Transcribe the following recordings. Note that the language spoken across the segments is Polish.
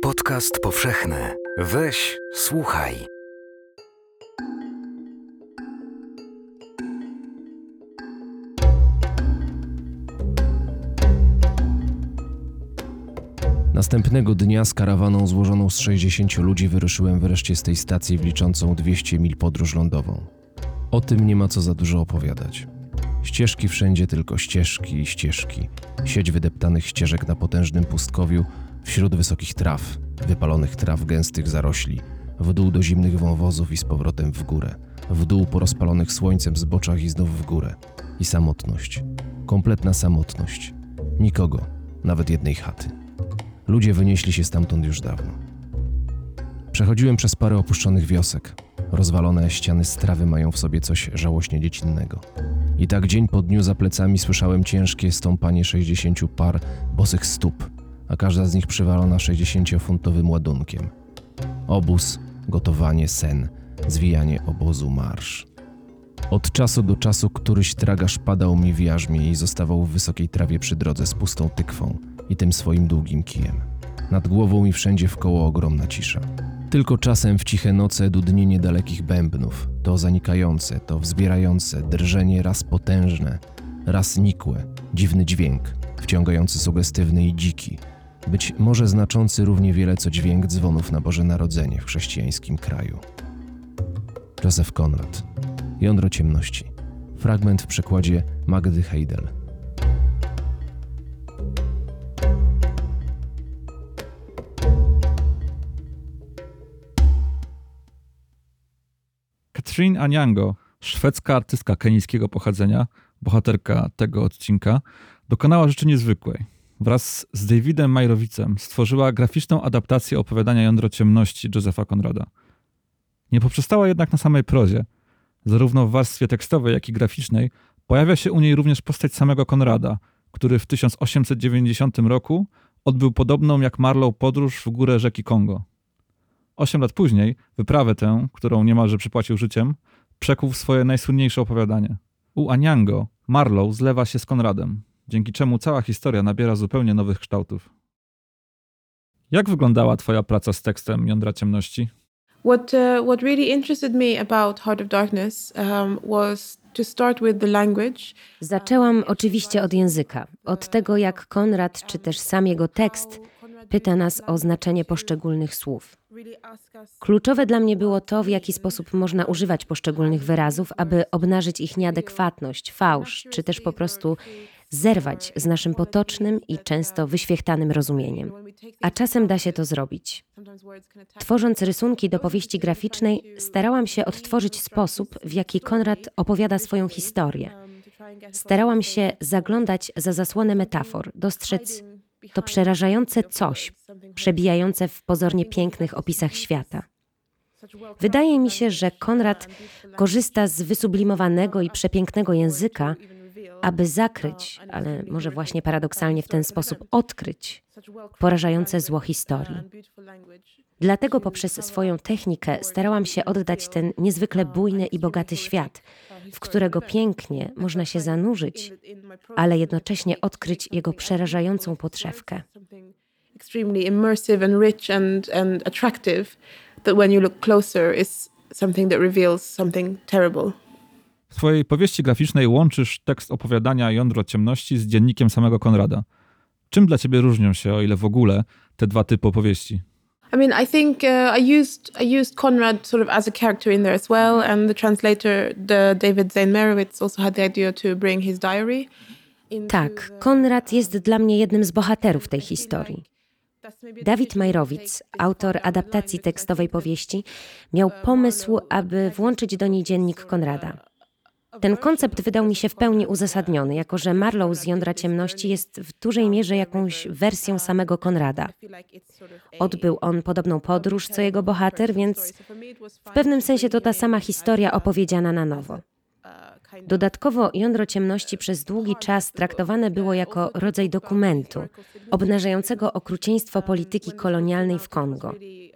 Podcast powszechny. Weź, słuchaj. Następnego dnia z karawaną złożoną z 60 ludzi wyruszyłem wreszcie z tej stacji w liczącą 200 mil podróż lądową. O tym nie ma co za dużo opowiadać. Ścieżki wszędzie, tylko ścieżki i ścieżki. Sieć wydeptanych ścieżek na potężnym pustkowiu wśród wysokich traw, wypalonych traw gęstych zarośli, w dół do zimnych wąwozów i z powrotem w górę, w dół po rozpalonych słońcem zboczach i znów w górę. I samotność. Kompletna samotność. Nikogo, nawet jednej chaty. Ludzie wynieśli się stamtąd już dawno. Przechodziłem przez parę opuszczonych wiosek. Rozwalone ściany z trawy mają w sobie coś żałośnie dziecinnego. I tak dzień po dniu za plecami słyszałem ciężkie stąpanie 60 par bosych stóp, a każda z nich przywalona 60-funtowym ładunkiem. Obóz, gotowanie, sen, zwijanie obozu, marsz. Od czasu do czasu któryś tragarz padał mi w jarzmie i zostawał w wysokiej trawie przy drodze z pustą tykwą i tym swoim długim kijem. Nad głową i wszędzie wkoło ogromna cisza. Tylko czasem w ciche noce dudnienie dalekich bębnów, to zanikające, to wzbierające, drżenie raz potężne, raz nikłe, dziwny dźwięk, wciągający sugestywny i dziki, być może znaczący równie wiele co dźwięk dzwonów na Boże Narodzenie w chrześcijańskim kraju. Józef Konrad. Jądro ciemności. Fragment w przekładzie Magdy Heidel. Katrin Anyango, szwedzka artystka kenijskiego pochodzenia, bohaterka tego odcinka, dokonała rzeczy niezwykłej. Wraz z Davidem Meyerowicem stworzyła graficzną adaptację opowiadania Jądro ciemności Józefa Konrada. Nie poprzestała jednak na samej prozie. Zarówno w warstwie tekstowej, jak i graficznej pojawia się u niej również postać samego Konrada, który w 1890 roku odbył podobną jak Marlowe podróż w górę rzeki Kongo. 8 lat później wyprawę tę, którą niemalże przypłacił życiem, przekuł w swoje najsłynniejsze opowiadanie. U Anyango Marlowe zlewa się z Konradem, dzięki czemu cała historia nabiera zupełnie nowych kształtów. Jak wyglądała twoja praca z tekstem Jądra ciemności? What really interested me about Heart of Darkness was to start with the language. Zaczęłam oczywiście od języka, od tego jak Konrad, czy też sam jego tekst, pyta nas o znaczenie poszczególnych słów. Kluczowe dla mnie było to, w jaki sposób można używać poszczególnych wyrazów, aby obnażyć ich nieadekwatność, fałsz, czy też po prostu zerwać z naszym potocznym i często wyświechtanym rozumieniem. A czasem da się to zrobić. Tworząc rysunki do powieści graficznej, starałam się odtworzyć sposób, w jaki Konrad opowiada swoją historię. Starałam się zaglądać za zasłonę metafor, dostrzec to przerażające coś, przebijające w pozornie pięknych opisach świata. Wydaje mi się, że Konrad korzysta z wysublimowanego i przepięknego języka, aby zakryć, ale może właśnie paradoksalnie w ten sposób odkryć porażające zło historii. Dlatego poprzez swoją technikę starałam się oddać ten niezwykle bujny i bogaty świat, w którego pięknie można się zanurzyć, ale jednocześnie odkryć jego przerażającą podszewkę. Extremely immersive and rich and attractive, that when you look closer is something that reveals something terrible. W twojej powieści graficznej łączysz tekst opowiadania Jądro ciemności z dziennikiem samego Konrada. Czym dla ciebie różnią się, o ile w ogóle, te dwa typy opowieści? I mean, I think I used Konrad sort of as a character in there as well, and the translator, David Zane Meyerowitz, also had the idea to bring his diary. Tak, Konrad jest dla mnie jednym z bohaterów tej historii. David Meyerowitz, autor adaptacji tekstowej powieści, miał pomysł, aby włączyć do niej dziennik Konrada. Ten koncept wydał mi się w pełni uzasadniony, jako że Marlowe z Jądra ciemności jest w dużej mierze jakąś wersją samego Konrada. Odbył on podobną podróż co jego bohater, więc w pewnym sensie to ta sama historia opowiedziana na nowo. Dodatkowo Jądro ciemności przez długi czas traktowane było jako rodzaj dokumentu obnażającego okrucieństwo polityki kolonialnej w Kongo,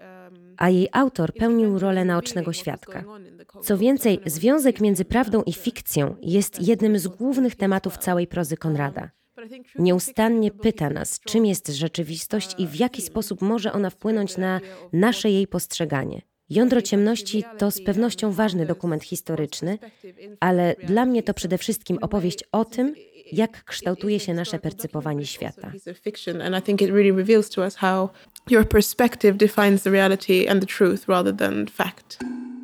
a jej autor pełnił rolę naocznego świadka. Co więcej, związek między prawdą i fikcją jest jednym z głównych tematów całej prozy Konrada. Nieustannie pyta nas, czym jest rzeczywistość i w jaki sposób może ona wpłynąć na nasze jej postrzeganie. Jądro ciemności to z pewnością ważny dokument historyczny, ale dla mnie to przede wszystkim opowieść o tym, jak kształtuje się nasze percypowanie świata. And I think it really reveals to us how your perspective defines the reality and the truth rather than fact.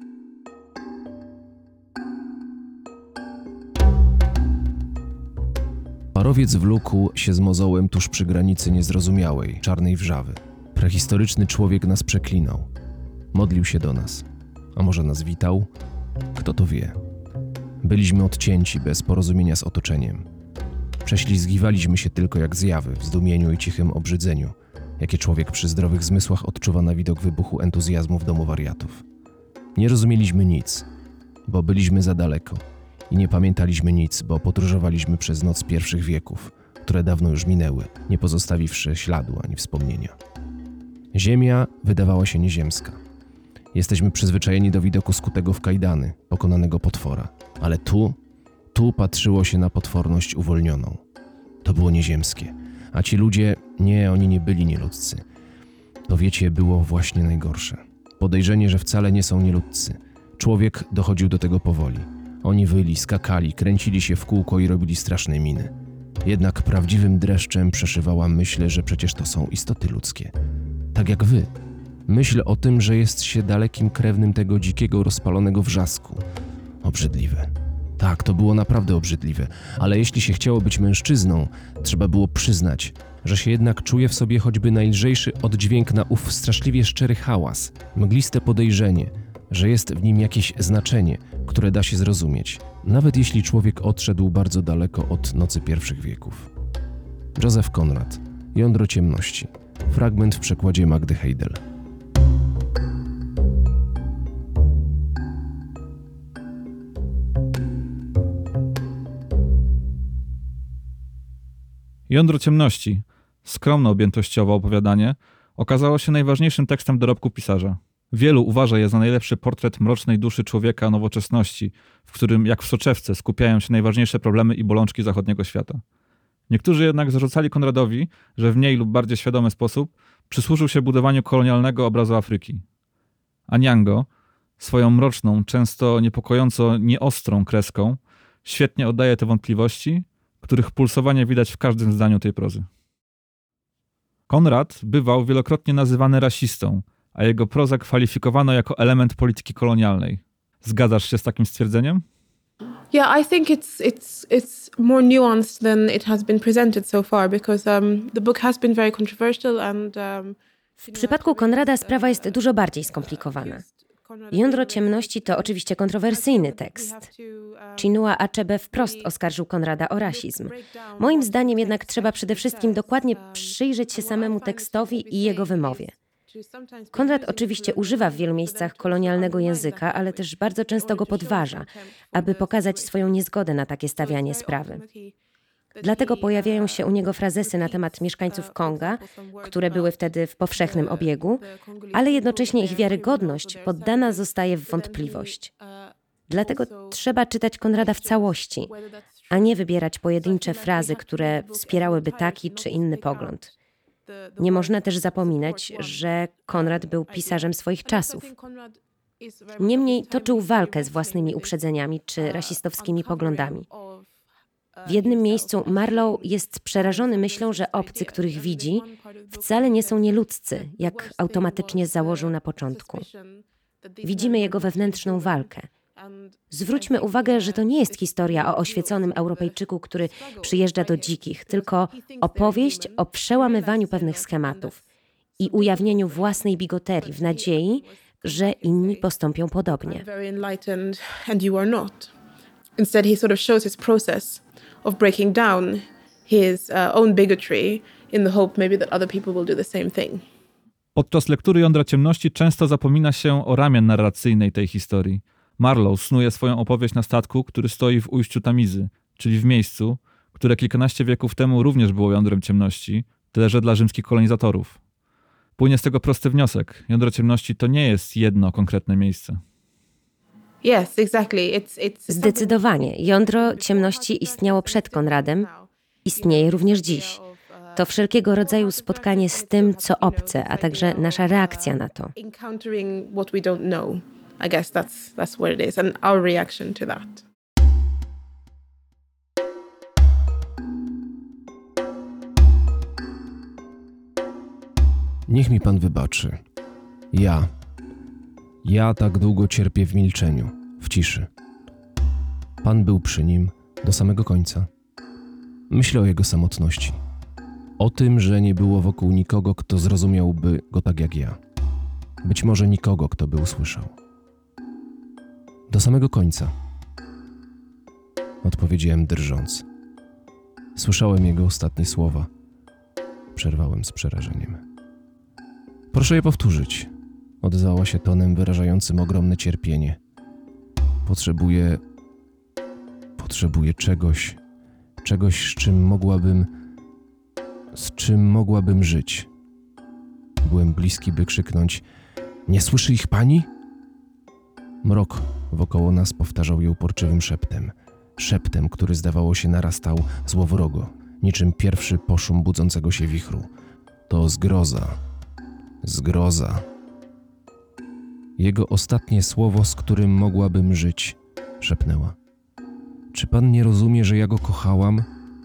Parowiec wlókł się z mozołem tuż przy granicy niezrozumiałej, czarnej wrzawy. Prehistoryczny człowiek nas przeklinał. Modlił się do nas. A może nas witał? Kto to wie. Byliśmy odcięci, bez porozumienia z otoczeniem. Prześlizgiwaliśmy się tylko jak zjawy, w zdumieniu i cichym obrzydzeniu, jakie człowiek przy zdrowych zmysłach odczuwa na widok wybuchu entuzjazmu w domu wariatów. Nie rozumieliśmy nic, bo byliśmy za daleko i nie pamiętaliśmy nic, bo podróżowaliśmy przez noc pierwszych wieków, które dawno już minęły, nie pozostawiwszy śladu ani wspomnienia. Ziemia wydawała się nieziemska. Jesteśmy przyzwyczajeni do widoku skutego w kajdany, pokonanego potwora, ale tu patrzyło się na potworność uwolnioną. To było nieziemskie, a ci ludzie, oni nie byli nieludzcy. To wiecie, było właśnie najgorsze. Podejrzenie, że wcale nie są nieludzcy. Człowiek dochodził do tego powoli. Oni wyli, skakali, kręcili się w kółko i robili straszne miny. Jednak prawdziwym dreszczem przeszywała myśl, że przecież to są istoty ludzkie. Tak jak wy. Myśl o tym, że jest się dalekim krewnym tego dzikiego, rozpalonego wrzasku. Obrzydliwe. Tak, to było naprawdę obrzydliwe, ale jeśli się chciało być mężczyzną, trzeba było przyznać, że się jednak czuje w sobie choćby najlżejszy oddźwięk na ów straszliwie szczery hałas, mgliste podejrzenie, że jest w nim jakieś znaczenie, które da się zrozumieć, nawet jeśli człowiek odszedł bardzo daleko od nocy pierwszych wieków. Joseph Conrad, Jądro ciemności. Fragment w przekładzie Magdy Heidel. Jądro ciemności, skromno-objętościowe opowiadanie, okazało się najważniejszym tekstem dorobku pisarza. Wielu uważa je za najlepszy portret mrocznej duszy człowieka nowoczesności, w którym, jak w soczewce, skupiają się najważniejsze problemy i bolączki zachodniego świata. Niektórzy jednak zarzucali Konradowi, że w mniej lub bardziej świadomy sposób przysłużył się budowaniu kolonialnego obrazu Afryki. Anyango, swoją mroczną, często niepokojąco nieostrą kreską, świetnie oddaje te wątpliwości, których pulsowanie widać w każdym zdaniu tej prozy. Konrad bywał wielokrotnie nazywany rasistą, a jego prozę kwalifikowano jako element polityki kolonialnej. Zgadzasz się z takim stwierdzeniem? Yeah, I think it's more nuanced than it has been presented so far because the book has been very controversial and W przypadku Konrada sprawa jest dużo bardziej skomplikowana. Jądro ciemności to oczywiście kontrowersyjny tekst. Chinua Achebe wprost oskarżył Konrada o rasizm. Moim zdaniem jednak trzeba przede wszystkim dokładnie przyjrzeć się samemu tekstowi i jego wymowie. Konrad oczywiście używa w wielu miejscach kolonialnego języka, ale też bardzo często go podważa, aby pokazać swoją niezgodę na takie stawianie sprawy. Dlatego pojawiają się u niego frazesy na temat mieszkańców Konga, które były wtedy w powszechnym obiegu, ale jednocześnie ich wiarygodność poddana zostaje w wątpliwość. Dlatego trzeba czytać Konrada w całości, a nie wybierać pojedyncze frazy, które wspierałyby taki czy inny pogląd. Nie można też zapominać, że Konrad był pisarzem swoich czasów. Niemniej toczył walkę z własnymi uprzedzeniami czy rasistowskimi poglądami. W jednym miejscu Marlowe jest przerażony myślą, że obcy, których widzi, wcale nie są nieludzcy, jak automatycznie założył na początku. Widzimy jego wewnętrzną walkę. Zwróćmy uwagę, że to nie jest historia o oświeconym Europejczyku, który przyjeżdża do dzikich, tylko opowieść o przełamywaniu pewnych schematów i ujawnieniu własnej bigoterii w nadziei, że inni postąpią podobnie. Instead, he sort of shows his process of breaking down his own bigotry in the hope maybe that other people will do the same thing. Podczas lektury Jądra ciemności często zapomina się o ramię narracyjnej tej historii. Marlowe snuje swoją opowieść na statku, który stoi w ujściu Tamizy, czyli w miejscu, które kilkanaście wieków temu również było jądrem ciemności, tyle że dla rzymskich kolonizatorów. Płynie z tego prosty wniosek. Jądro ciemności to nie jest jedno konkretne miejsce. Yes, exactly. It's Zdecydowanie. Jądro ciemności istniało przed Konradem i istnieje również dziś. To wszelkiego rodzaju spotkanie z tym, co obce, a także nasza reakcja na to. Encountering what we don't know. I guess that's what it is, and our reaction to that. Niech mi pan wybaczy. Ja tak długo cierpię w milczeniu, w ciszy. Pan był przy nim do samego końca. Myślę o jego samotności. O tym, że nie było wokół nikogo, kto zrozumiałby go tak jak ja. Być może nikogo, kto by usłyszał. Do samego końca. Odpowiedziałem drżąc. Słyszałem jego ostatnie słowa. Przerwałem z przerażeniem. Proszę je powtórzyć. Odzwała się tonem wyrażającym ogromne cierpienie. Potrzebuję czegoś, z czym mogłabym żyć. Byłem bliski, by krzyknąć: nie słyszy ich pani? Mrok wokoło nas powtarzał je uporczywym szeptem. Szeptem, który zdawało się narastał złowrogo, niczym pierwszy poszum budzącego się wichru. To zgroza. Jego ostatnie słowo, z którym mogłabym żyć, szepnęła. Czy pan nie rozumie, że ja go kochałam?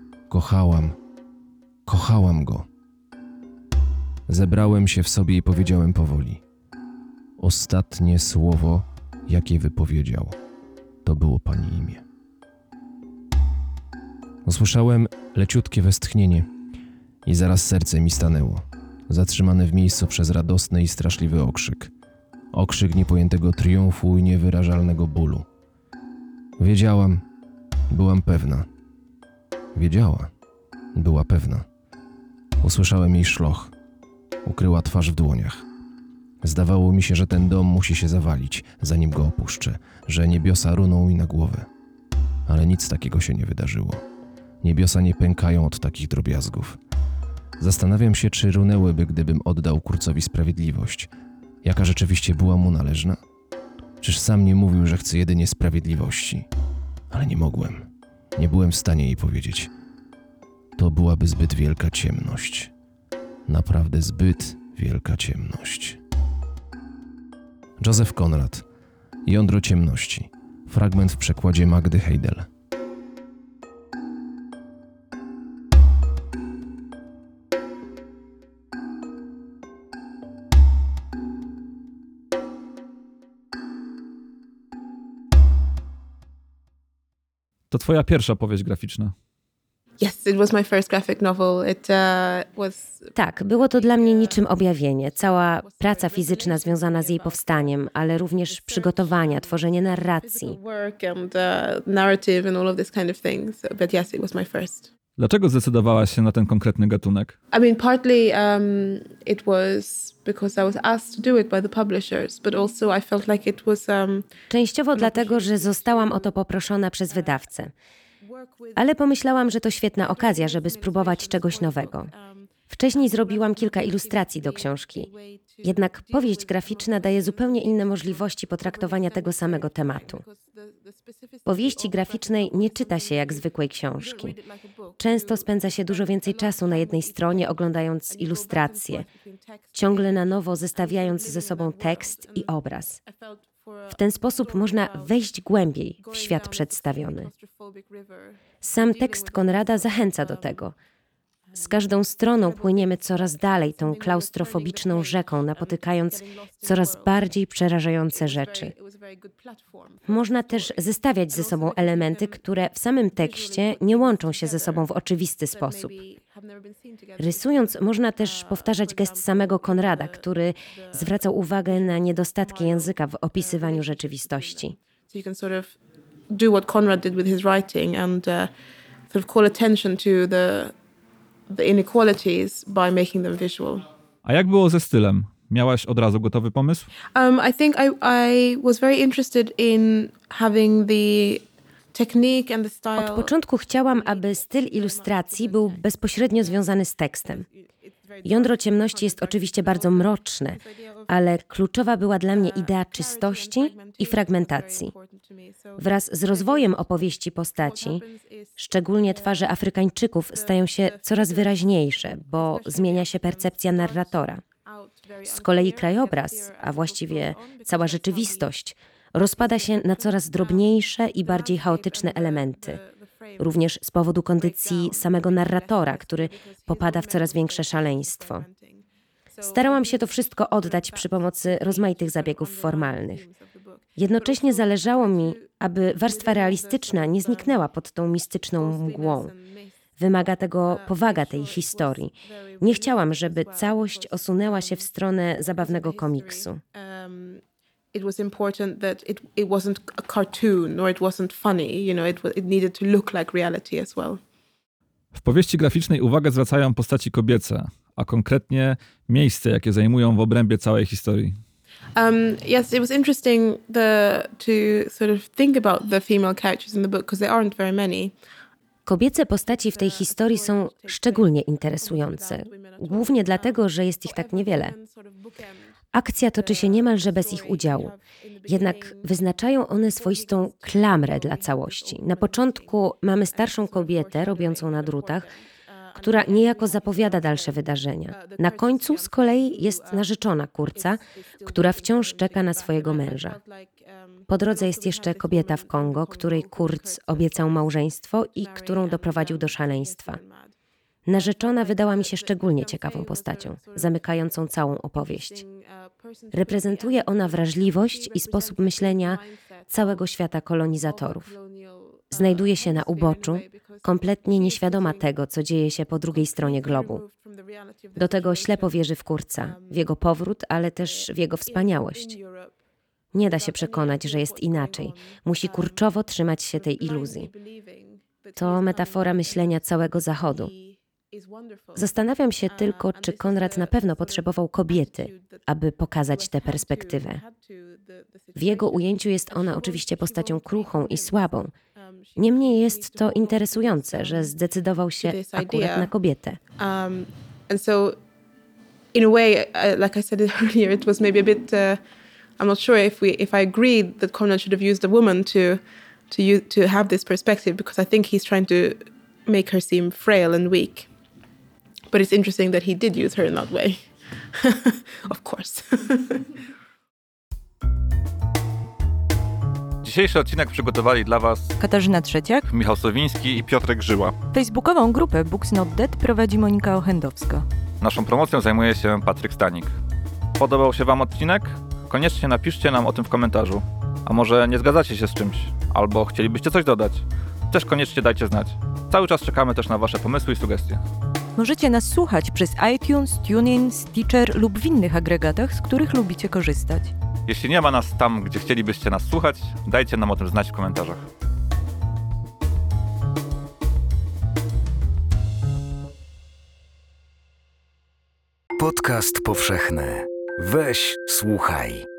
Kochałam go. Zebrałem się w sobie i powiedziałem powoli. Ostatnie słowo, jakie wypowiedział, to było pani imię. Usłyszałem leciutkie westchnienie i zaraz serce mi stanęło, zatrzymane w miejscu przez radosny i straszliwy okrzyk. Okrzyk niepojętego triumfu i niewyrażalnego bólu. Byłam pewna. Była pewna. Usłyszałem jej szloch. Ukryła twarz w dłoniach. Zdawało mi się, że ten dom musi się zawalić, zanim go opuszczę, że niebiosa runą mi na głowę. Ale nic takiego się nie wydarzyło. Niebiosa nie pękają od takich drobiazgów. Zastanawiam się, czy runęłyby, gdybym oddał Kurzowi sprawiedliwość. Jaka rzeczywiście była mu należna? Czyż sam nie mówił, że chce jedynie sprawiedliwości? Ale nie mogłem. Nie byłem w stanie jej powiedzieć. To byłaby zbyt wielka ciemność. Naprawdę zbyt wielka ciemność. Joseph Conrad. Jądro ciemności. Fragment w przekładzie Magdy Heidel. To twoja pierwsza powieść graficzna. Yes, it was my first graphic novel. It was Tak, było to dla mnie niczym objawienie. Cała praca fizyczna związana z jej powstaniem, ale również przygotowania, tworzenie narracji. physical work and narrative and all of this kind of things. But yes, it was my first. Dlaczego zdecydowałaś się na ten konkretny gatunek? I mean, partly it was because I was asked to do it by the publishers, but also I felt like it was Częściowo dlatego, że zostałam o to poproszona przez wydawcę. Ale pomyślałam, że to świetna okazja, żeby spróbować czegoś nowego. Wcześniej zrobiłam kilka ilustracji do książki. Jednak powieść graficzna daje zupełnie inne możliwości potraktowania tego samego tematu. Powieści graficznej nie czyta się jak zwykłej książki. Często spędza się dużo więcej czasu na jednej stronie, oglądając ilustracje, ciągle na nowo zestawiając ze sobą tekst i obraz. W ten sposób można wejść głębiej w świat przedstawiony. Sam tekst Konrada zachęca do tego. Z każdą stroną płyniemy coraz dalej tą klaustrofobiczną rzeką, napotykając coraz bardziej przerażające rzeczy. Można też zestawiać ze sobą elementy, które w samym tekście nie łączą się ze sobą w oczywisty sposób. Rysując, można też powtarzać gest samego Konrada, który zwracał uwagę na niedostatki języka w opisywaniu rzeczywistości. So you can sort of do what Conrad did with his writing and sort of call attention to the inequalities by making them visual. A jak było ze stylem? Miałaś od razu gotowy pomysł? I think I was very interested in having the technique and the style. Od początku chciałam, aby styl ilustracji był bezpośrednio związany z tekstem. Jądro ciemności jest oczywiście bardzo mroczne, ale kluczowa była dla mnie idea czystości i fragmentacji. Wraz z rozwojem opowieści postaci, szczególnie twarze Afrykańczyków stają się coraz wyraźniejsze, bo zmienia się percepcja narratora. Z kolei krajobraz, a właściwie cała rzeczywistość, rozpada się na coraz drobniejsze i bardziej chaotyczne elementy. Również z powodu kondycji samego narratora, który popada w coraz większe szaleństwo. Starałam się to wszystko oddać przy pomocy rozmaitych zabiegów formalnych. Jednocześnie zależało mi, aby warstwa realistyczna nie zniknęła pod tą mistyczną mgłą. Wymaga tego powaga tej historii. Nie chciałam, żeby całość osunęła się w stronę zabawnego komiksu. It was important that it wasn't a cartoon or it wasn't funny, it needed to look like reality as well. W powieści graficznej uwagę zwracają postaci kobiece, a konkretnie miejsce, jakie zajmują w obrębie całej historii. Yes, it was interesting to sort of think about the female characters in the book because there aren't very many. Kobiece postaci w tej historii są szczególnie interesujące, głównie dlatego, że jest ich tak niewiele. Akcja toczy się niemalże bez ich udziału, jednak wyznaczają one swoistą klamrę dla całości. Na początku mamy starszą kobietę robiącą na drutach, która niejako zapowiada dalsze wydarzenia. Na końcu z kolei jest narzeczona Kurca, która wciąż czeka na swojego męża. Po drodze jest jeszcze kobieta w Kongo, której Kurz obiecał małżeństwo i którą doprowadził do szaleństwa. Narzeczona wydała mi się szczególnie ciekawą postacią, zamykającą całą opowieść. Reprezentuje ona wrażliwość i sposób myślenia całego świata kolonizatorów. Znajduje się na uboczu, kompletnie nieświadoma tego, co dzieje się po drugiej stronie globu. Do tego ślepo wierzy w Kurca, w jego powrót, ale też w jego wspaniałość. Nie da się przekonać, że jest inaczej. Musi kurczowo trzymać się tej iluzji. To metafora myślenia całego Zachodu. Zastanawiam się tylko, czy Konrad na pewno potrzebował kobiety, aby pokazać tę perspektywę. W jego ujęciu jest ona oczywiście postacią kruchą i słabą. Niemniej jest to interesujące, że zdecydował się akurat na kobietę. And so, in a way, like I said earlier, it was maybe a bit. I'm not sure if I agreed that Konrad should have used a woman to have this perspective, because I think he's trying to make her seem frail and weak. But it's interesting that he did use her in that way. Of course. Dzisiejszy odcinek przygotowali dla Was Katarzyna Trzeciak, Michał Sowiński i Piotrek Żyła. facebookową grupę Books Not Dead prowadzi Monika Ochendowska. Naszą promocją zajmuje się Patryk Stanik. Podobał się Wam odcinek? Koniecznie napiszcie nam o tym w komentarzu. A może nie zgadzacie się z czymś? Albo chcielibyście coś dodać? Też koniecznie dajcie znać. Cały czas czekamy też na Wasze pomysły i sugestie. Możecie nas słuchać przez iTunes, TuneIn, Stitcher lub w innych agregatach, z których lubicie korzystać. Jeśli nie ma nas tam, gdzie chcielibyście nas słuchać, dajcie nam o tym znać w komentarzach. Podcast powszechny. Weź, słuchaj.